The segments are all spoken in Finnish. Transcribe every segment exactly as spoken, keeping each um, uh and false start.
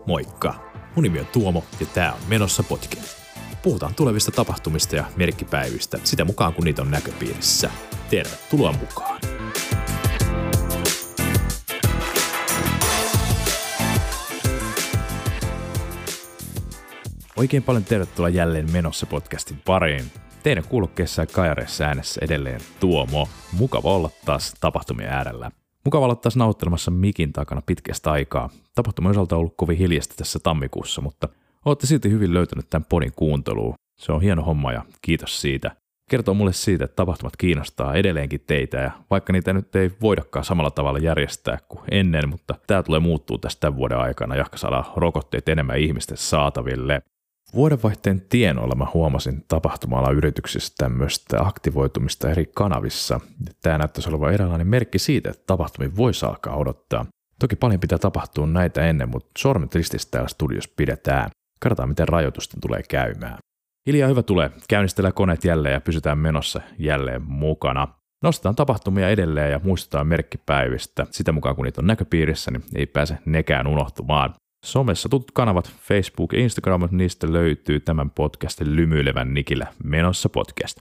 Moikka! Mun nimi on Tuomo ja tää on Menossa podcast. Puhutaan tulevista tapahtumista ja merkkipäivistä sitä mukaan, kun niitä on näköpiirissä. Tervetuloa mukaan! Oikein paljon tervetuloa jälleen Menossa podcastin pariin. Teidän kuulokkeessa ja kajareissa äänessä edelleen Tuomo. Mukava olla taas tapahtumien äärellä. Mukava olla taas nauhoittelemassa mikin takana pitkästä aikaa. Tapahtumien osalta on ollut kovin hiljasta tässä tammikuussa, mutta olette silti hyvin löytänyt tämän podin kuunteluun. Se on hieno homma ja kiitos siitä. Kertoo mulle siitä, että tapahtumat kiinnostaa edelleenkin teitä ja vaikka niitä nyt ei voidakaan samalla tavalla järjestää kuin ennen, mutta tämä tulee muuttuu tästä tämän vuoden aikana ja saadaan rokotteet enemmän ihmisten saataville. Vuodenvaihteen tienoilla mä huomasin tapahtuma-alan yrityksissä tämmöistä aktivoitumista eri kanavissa. Tämä näyttäisi olevan eräänlainen merkki siitä, että tapahtumia voisi alkaa odottaa. Toki paljon pitää tapahtua näitä ennen, mutta sormet ristissä täällä studiossa pidetään. Katsotaan, miten rajoitusten tulee käymään. Hiljaa hyvä tulee. Käynnistellään koneet jälleen ja pysytään menossa jälleen mukana. Nostetaan tapahtumia edelleen ja muistetaan merkkipäivistä. Sitä mukaan kun niitä on näköpiirissä, niin ei pääse nekään unohtumaan. Somessa tutut kanavat, Facebook ja Instagram, niistä löytyy tämän podcastin lymyilevän nikillä Menossa podcast.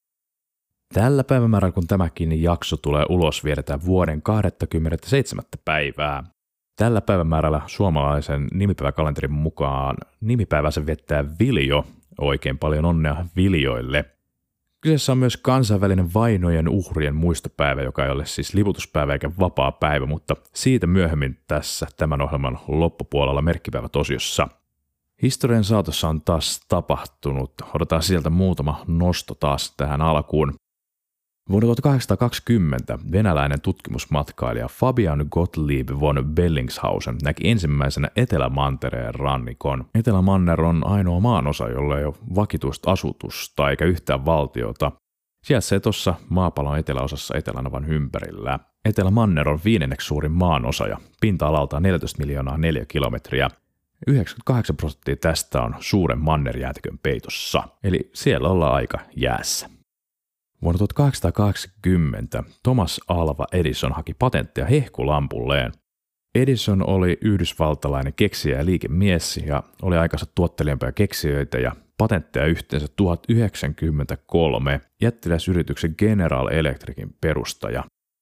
Tällä päivämäärällä, kun tämäkin jakso tulee ulos, vietetään vuoden kaksikymmentäseitsemän päivää. Tällä päivämäärällä suomalaisen nimipäiväkalenterin mukaan nimipäivänsä viettää Viljo. Oikein paljon onnea Viljoille. Kyseessä on myös kansainvälinen vainojen uhrien muistopäivä, joka ei ole siis liputuspäivä eikä vapaa päivä, mutta siitä myöhemmin tässä tämän ohjelman loppupuolella merkkipäivätosiossa. Historian saatossa on taas tapahtunut, odotetaan sieltä muutama nosto taas tähän alkuun. Vuonna tuhatkahdeksansataakaksikymmentä venäläinen tutkimusmatkailija Fabian Gottlieb von Bellingshausen näki ensimmäisenä Etelämantereen rannikon. Etelämanner on ainoa maanosa, jolla ei ole vakituista asutusta eikä yhtään valtiota. Sijaitsee tuossa maapallon eteläosassa etelänavan ympärillä. Etelämanner on viidenneksi suurin maanosa ja pinta-alaltaan neljätoista miljoonaa neliökilometriä. yhdeksänkymmentäkahdeksan prosenttia tästä on suuren mannerjäätikön peitossa, eli siellä ollaan aika jäässä. Vuonna tuhatkahdeksansataakahdeksankymmentä Thomas Alva Edison haki patenttia hehkulampulleen. Edison oli yhdysvaltalainen keksijä ja liikemies ja oli aikansa tuottelijampia keksijöitä ja patentteja yhteensä tuhat yhdeksänkymmentäkolme, jättiläisyrityksen General Electricin perustaja.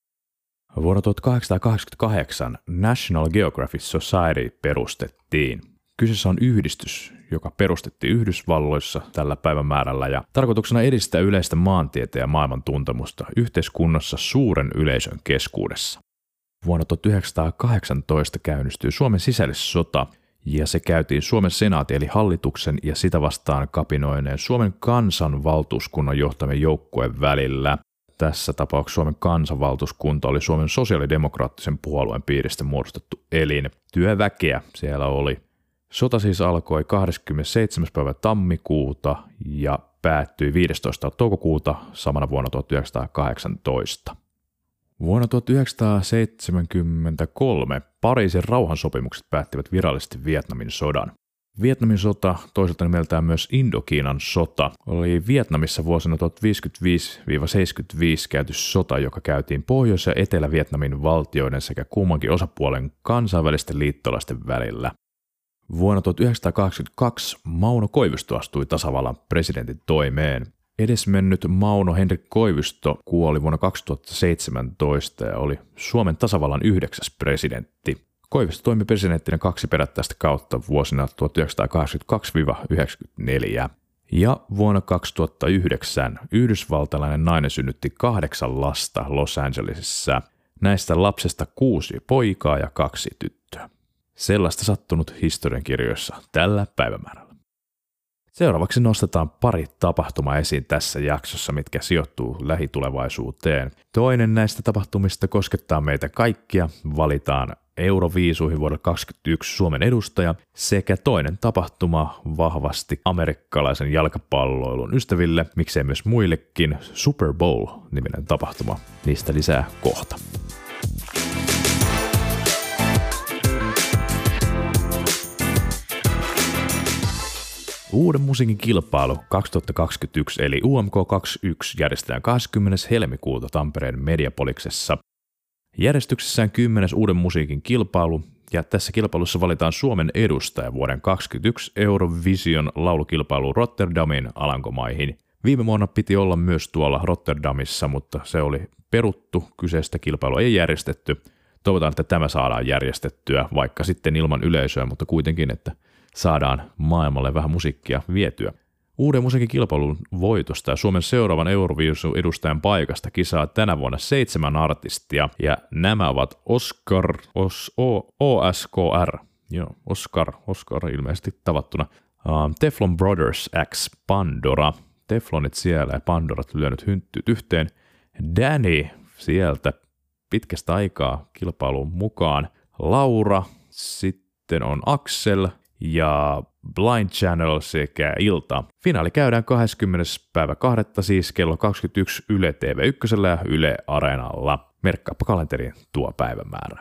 Vuonna tuhatkahdeksansataakahdeksankymmentäkahdeksan National Geographic Society perustettiin. Kyseessä on yhdistys, joka perustettiin Yhdysvalloissa tällä päivämäärällä ja tarkoituksena edistää yleistä maantieteen ja maailman tuntemusta yhteiskunnassa suuren yleisön keskuudessa. Vuonna tuhatyhdeksänsataakahdeksantoista käynnistyi Suomen sisällissota ja se käytiin Suomen senaatin eli hallituksen ja sitä vastaan kapinoineen Suomen kansanvaltuuskunnan johtamien joukkueen välillä. Tässä tapauksessa Suomen kansanvaltuuskunta oli Suomen sosiaalidemokraattisen puolueen piiristä muodostettu elin. Työväkeä siellä oli. Sota siis alkoi kahdeskymmenesseitsemäs päivä tammikuuta ja päättyi viidestoista toukokuuta samana vuonna tuhatyhdeksänsataakahdeksantoista. Vuonna tuhatyhdeksänsataaseitsemänkymmentäkolme Pariisin rauhansopimukset päättivät virallisesti Vietnamin sodan. Vietnamin sota, toisaalta nimeltään myös Indokiinan sota, oli Vietnamissa vuosina tuhatviisikymmentäviisi seitsemänkymmentäviisi käyty sota, joka käytiin Pohjois- ja Etelä-Vietnamin valtioiden sekä kummankin osapuolen kansainvälisten liittolaisten välillä. Vuonna tuhatyhdeksänsataakahdeksankymmentäkaksi Mauno Koivisto astui tasavallan presidentin toimeen. Edesmennyt Mauno Henrik Koivisto kuoli vuonna kaksituhattaseitsemäntoista ja oli Suomen tasavallan yhdeksäs presidentti. Koivisto toimi presidenttinä kaksi perättäistä kautta vuosina tuhatyhdeksänsataakahdeksankymmentäkaksi yhdeksänkymmentäneljä. Ja vuonna kaksituhattayhdeksän yhdysvaltalainen nainen synnytti kahdeksan lasta Los Angelesissa. Näistä lapsesta kuusi poikaa ja kaksi tyttöä. Sellaista sattunut historiankirjoissa tällä päivämäärällä. Seuraavaksi nostetaan pari tapahtumaa esiin tässä jaksossa, mitkä sijoittuu lähitulevaisuuteen. Toinen näistä tapahtumista koskettaa meitä kaikkia. Valitaan Euroviisuihin vuodelle kaksikymmentäyksi Suomen edustaja sekä toinen tapahtuma vahvasti amerikkalaisen jalkapalloilun ystäville, miksei myös muillekin, Super Bowl-niminen tapahtuma. Niistä lisää kohta. Uuden musiikin kilpailu kaksituhattakaksikymmentäyksi eli U M K kaksikymmentäyksi järjestetään kahdeskymmenes helmikuuta Tampereen Mediapoliksessa. Järjestyksessään kymmenes uuden musiikin kilpailu, ja tässä kilpailussa valitaan Suomen edustaja vuoden kaksikymmentäyksi Eurovision laulukilpailu Rotterdamin Alankomaihin. Viime vuonna piti olla myös tuolla Rotterdamissa, mutta se oli peruttu, kyseistä kilpailua ei järjestetty. Toivotaan, että tämä saadaan järjestettyä, vaikka sitten ilman yleisöä, mutta kuitenkin, että saadaan maailmalle vähän musiikkia vietyä. Uuden musiikin kilpailun voitosta ja Suomen seuraavan Eurovision edustajan paikasta kisaa tänä vuonna seitsemän artistia, ja nämä ovat Oscar, Os, o, O S K R, joo, Oscar, Oscar ilmeisesti tavattuna, uh, Teflon Brothers X Pandora, Teflonit siellä ja Pandorat lyönyt hynttyt yhteen, Danny sieltä pitkästä aikaa kilpailuun mukaan, Laura, sitten on Axel ja Blind Channel sekä Ilta. Finaali käydään kahdeskymmenes päivä toista siis kello kaksikymmentäyksi Yle T V yksi ja Yle Areenalla. Merkkaappa kalenteriin tuo päivämäärä.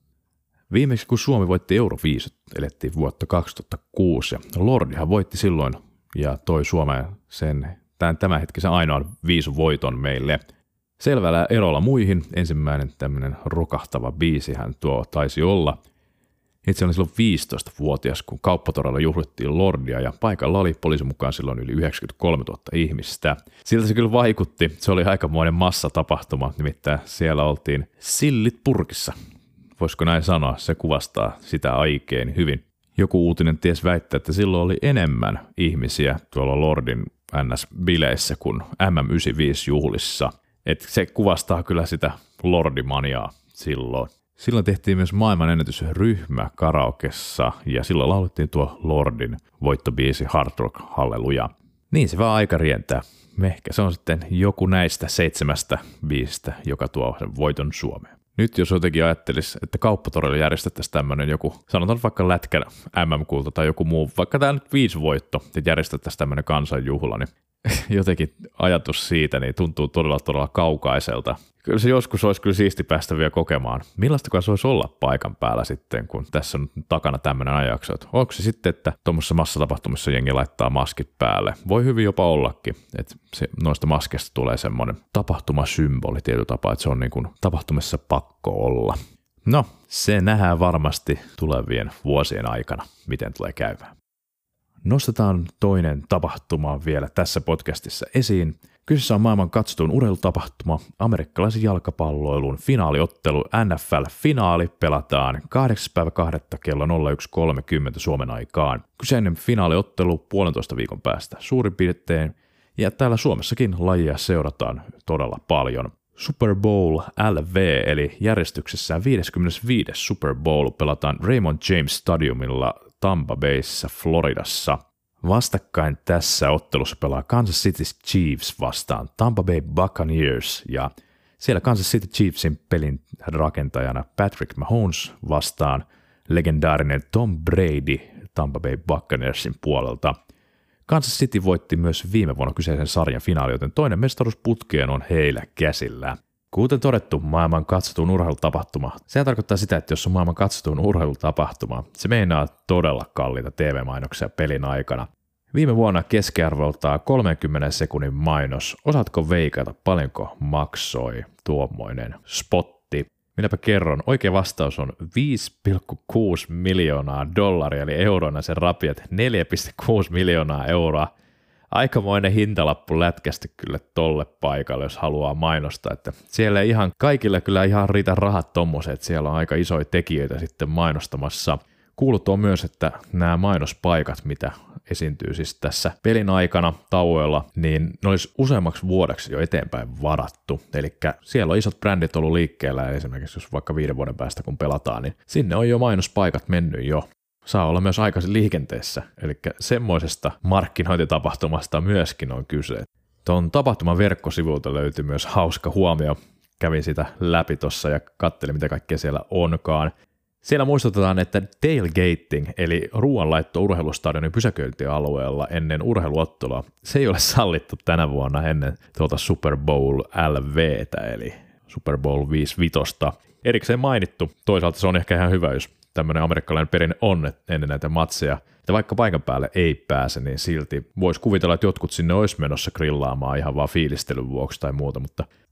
Viimeksi kun Suomi voitti Euroviisut, elettiin vuotta kaksituhattakuusi, ja Lordihan voitti silloin ja toi Suomeen sen tämän tämänhetkisen ainoan viisuvoiton meille. Selvällä erolla muihin, ensimmäinen tämmöinen rokahtava biisihän tuo taisi olla. Itse olin silloin viisitoistavuotias, kun kauppatorilla juhlittiin Lordia, ja paikalla oli poliisin mukaan silloin yli yhdeksänkymmentäkolmetuhatta ihmistä. Siltä se kyllä vaikutti, se oli aikamoinen massatapahtuma, nimittäin siellä oltiin sillit purkissa. Voisiko näin sanoa, se kuvastaa sitä oikein hyvin. Joku uutinen ties väittää, että silloin oli enemmän ihmisiä tuolla Lordin N S-bileissä kuin M M yhdeksänkymmentäviisi-juhlissa. Et se kuvastaa kyllä sitä Lordimaniaa silloin. Silloin tehtiin myös maailmanennätysryhmä karaokessa, ja silloin laulettiin tuo Lordin voittobiisi Hard Rock Halleluja. Niin se vaan aika rientää. Ehkä se on sitten joku näistä seitsemästä biisistä, joka tuo sen voiton Suomeen. Nyt jos jotenkin ajattelisi, että kauppatorilla järjestettäisiin tämmöinen joku, sanotaan vaikka lätkän M M-kulta tai joku muu, vaikka tämä nyt viisi voitto, että järjestettäisiin tämmöinen kansanjuhla, niin jotenkin ajatus siitä niin tuntuu todella todella kaukaiselta. Kyllä se joskus olisi kyllä siisti päästä vielä kokemaan. Millaistakaan se olisi olla paikan päällä sitten, kun tässä on takana tämmöinen ajakso. Onko se sitten, että tuommoisessa massatapahtumissa jengi laittaa maskit päälle? Voi hyvin jopa ollakin, että se, noista maskeista tulee semmoinen tapahtumasymboli tietyllä tapaa, että se on niin kuin tapahtumissa pakko olla. No, se nähdään varmasti tulevien vuosien aikana, miten tulee käymään. Nostetaan toinen tapahtuma vielä tässä podcastissa esiin. Kyseessä on maailman katsotuin urheilutapahtuma, amerikkalaisen jalkapalloilun finaaliottelu N F L-finaali pelataan kahdeksas päivä toista kello nolla yksi kolmekymmentä Suomen aikaan. Kyseinen finaaliottelu puolentoista viikon päästä suurin piirtein, ja täällä Suomessakin lajia seurataan todella paljon. Super Bowl L V eli järjestyksessään viideskymmenesviides Super Bowl pelataan Raymond James Stadiumilla Tampa Bayssä Floridassa. Vastakkain tässä ottelussa pelaa Kansas City Chiefs vastaan Tampa Bay Buccaneers, ja siellä Kansas City Chiefsin pelin rakentajana Patrick Mahomes vastaan legendaarinen Tom Brady Tampa Bay Buccaneersin puolelta. Kansas City voitti myös viime vuonna kyseisen sarjan finaali, joten toinen mestaruusputkeen on heillä käsillä. Kuten todettu, maailman katsotun urheilutapahtuma. Sehän tarkoittaa sitä, että jos on maailman katsotun urheilutapahtuma, se meinaa todella kalliita T V-mainoksia pelin aikana. Viime vuonna keskiarvoltaan kolmenkymmenen sekunnin mainos. Osaatko veikata, paljonko maksoi tuommoinen spotti? Minäpä kerron. Oikea vastaus on viisi pilkku kuusi miljoonaa dollaria, eli euroina sen rapiat neljä pilkku kuusi miljoonaa euroa. Aikamoinen hintalappu lätkästi kyllä tolle paikalle, jos haluaa mainostaa, että siellä ei ihan kaikille kyllä ihan riitä rahat tommoset, että siellä on aika isoja tekijöitä sitten mainostamassa. Kuulut on myös, että nämä mainospaikat, mitä esiintyy siis tässä pelin aikana tauoilla, niin ne olisi useammaksi vuodeksi jo eteenpäin varattu. Eli siellä on isot brändit ollut liikkeellä, esimerkiksi jos vaikka viiden vuoden päästä kun pelataan, niin sinne on jo mainospaikat mennyt jo. Saa olla myös aikaisin liikenteessä, eli semmoisesta markkinointitapahtumasta myöskin on kyse. Tuon tapahtuman verkkosivulta löytyy myös hauska huomio. Kävin sitä läpi tuossa ja katselin, mitä kaikkea siellä onkaan. Siellä muistutetaan, että tailgating, eli ruoanlaitto urheilustadionin pysäköintialueella ennen urheiluottelua, se ei ole sallittu tänä vuonna ennen tuota Super Bowl L V:tä, eli Super Bowl viisikymmentäviisi. Erikseen mainittu, toisaalta se on ehkä ihan hyvä, jos tämmöinen amerikkalainen perinne on ennen näitä matseja, että vaikka paikan päälle ei pääse, niin silti voisi kuvitella, että jotkut sinne olisi menossa grillaamaan ihan vaan fiilistelyn vuoksi tai muuta, mutta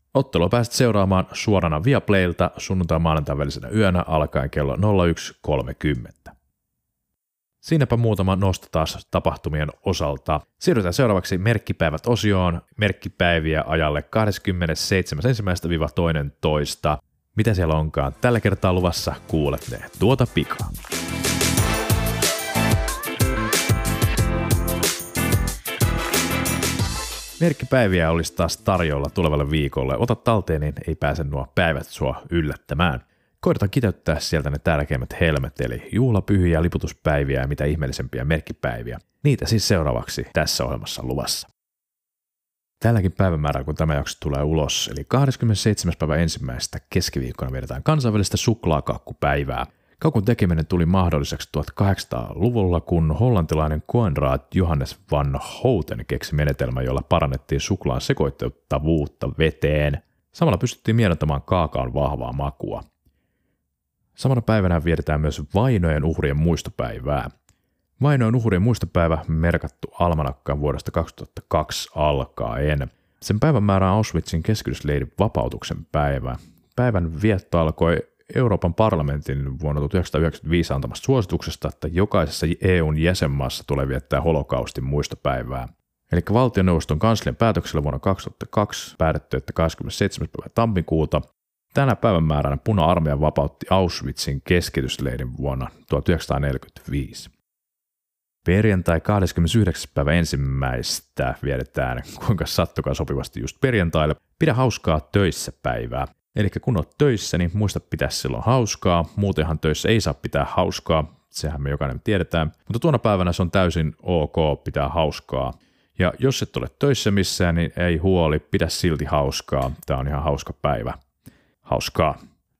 Ottelua pääset seuraamaan suorana Viaplaylta sunnuntai-maanantain välisenä yönä alkaen kello nolla yksi kolmekymmentä. Siinäpä muutama nosto taas tapahtumien osalta. Siirrytään seuraavaksi merkkipäivät-osioon. Merkkipäiviä ajalle kahdeskymmenesseitsemäs ensimmäinen toinen toista. Mitä siellä onkaan tällä kertaa luvassa, kuulet ne tuota pikaa. Merkkipäiviä olisi taas tarjolla tulevalle viikolle. Ota talteen, niin ei pääse nuo päivät sua yllättämään. Koitetaan kiteyttää sieltä ne tärkeimmät helmet, eli juhlapyhiä, liputuspäiviä ja mitä ihmeellisempiä merkkipäiviä. Niitä siis seuraavaksi tässä ohjelmassa luvassa. Tälläkin päivämäärällä, kun tämä jakso tulee ulos, eli kahdeskymmenesseitsemäs päivä ensimmäistä keskiviikkona vietetään kansainvälistä suklaakakkupäivää. Kakun tekeminen tuli mahdolliseksi tuhatkahdeksansataaluvulla, kun hollantilainen Konrad Johannes van Houten keksi menetelmä, jolla parannettiin suklaan sekoitettavuutta veteen. Samalla pystyttiin mielentämään kaakaon vahvaa makua. Samana päivänä vietetään myös vainojen uhrien muistopäivää. Vainojen uhrien muistopäivä merkattu almanakkaan vuodesta kaksituhattakaksi alkaen. Sen päivän määrä on Auschwitzin keskitysleirin vapautuksen päivä. Päivän vietto alkoi Euroopan parlamentin vuonna tuhatyhdeksänsataayhdeksänkymmentäviisi antamasta suosituksesta, että jokaisessa E U:n jäsenmaassa tulee viettää holokaustin muistopäivää. Eli valtioneuvoston kanslian päätöksellä vuonna kaksituhattakaksi päätetty, että kahdeskymmenesseitsemäs päivä tammikuuta tänä päivämääränä Puna-armeija vapautti Auschwitzin keskitysleirin vuonna tuhatyhdeksänsataaneljäkymmentäviisi. Perjantai kahdeskymmenesyhdeksäs päivä ensimmäistä vietetään, kuinka sattukaa sopivasti just perjantaille, pidä hauskaa töissä päivää. Eli kun olet töissä, niin muista pitää silloin hauskaa, muutenhan töissä ei saa pitää hauskaa, sehän me jokainen tiedetään, mutta tuona päivänä se on täysin ok pitää hauskaa. Ja jos et ole töissä missään, niin ei huoli, pidä silti hauskaa, tämä on ihan hauska päivä. Hauskaa.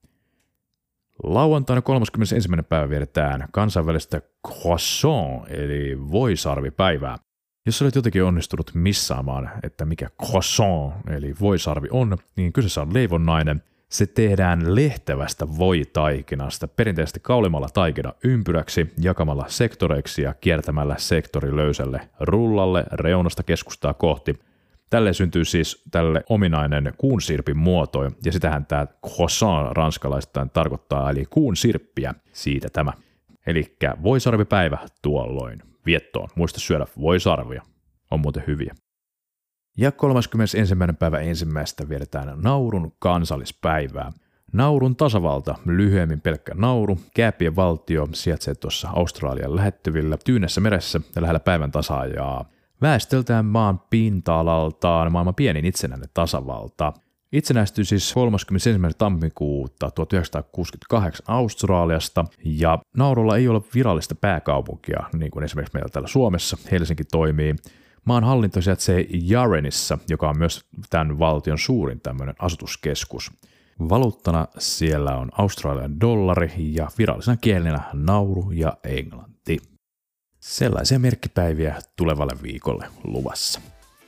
Lauantaina kolmaskymmenesensimmäinen päivä vietetään kansainvälistä croissant, eli voisarvipäivää. Jos olet jotenkin onnistunut missaamaan, että mikä croissant, eli voisarvi on, niin kyseessä on leivonnainen. Se tehdään lehtevästä voitaikinasta, perinteisesti kaulimalla taikina ympyräksi, jakamalla sektoreiksi ja kiertämällä sektori löysälle rullalle reunasta keskustaa kohti. Tälle syntyy siis tälle ominainen kuunsirpin muoto, ja sitähän tämä croissant ranskalaistaan tarkoittaa, eli kuunsirppiä, siitä tämä. Elikkä voisarvipäivä tuolloin viettoon. Muista syödä voisarvia, on muuten hyviä. Ja kolmaskymmenesensimmäinen päivä ensimmäistä vietetään naurun kansallispäivää. Naurun tasavalta, lyhyemmin pelkkä nauru, Kääpien valtio, sijaitsee tuossa Australian lähettyvillä Tyynessä meressä ja lähellä päivän tasaajaa. Väestöltään maan pinta-alaltaan maailman pienin itsenäinen tasavalta. Itsenäistyi siis kolmaskymmenesensimmäinen tammikuuta tuhatyhdeksänsataakuusikymmentäkahdeksan Australiasta, ja Naurulla ei ole virallista pääkaupunkia, niin kuin esimerkiksi meillä täällä Suomessa Helsinki toimii. Maan hallinto sijaitsee Yarenissa, joka on myös tämän valtion suurin tämmöinen asutuskeskus. Valuuttana siellä on Australian dollari ja virallisena kielenä nauru ja englanti. Sellaisia merkkipäiviä tulevalle viikolle luvassa.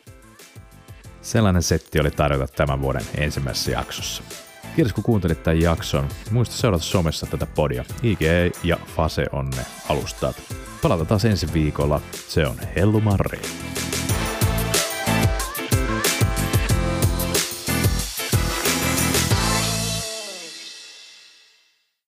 Sellainen setti oli tarjota tämän vuoden ensimmäisessä jaksossa. Kiitos kun kuuntelit tämän jakson. Muista seurata somessa tätä podia. I G ja Fase on ne alustat. Palataan taas ensi viikolla. Se on Hellumarri.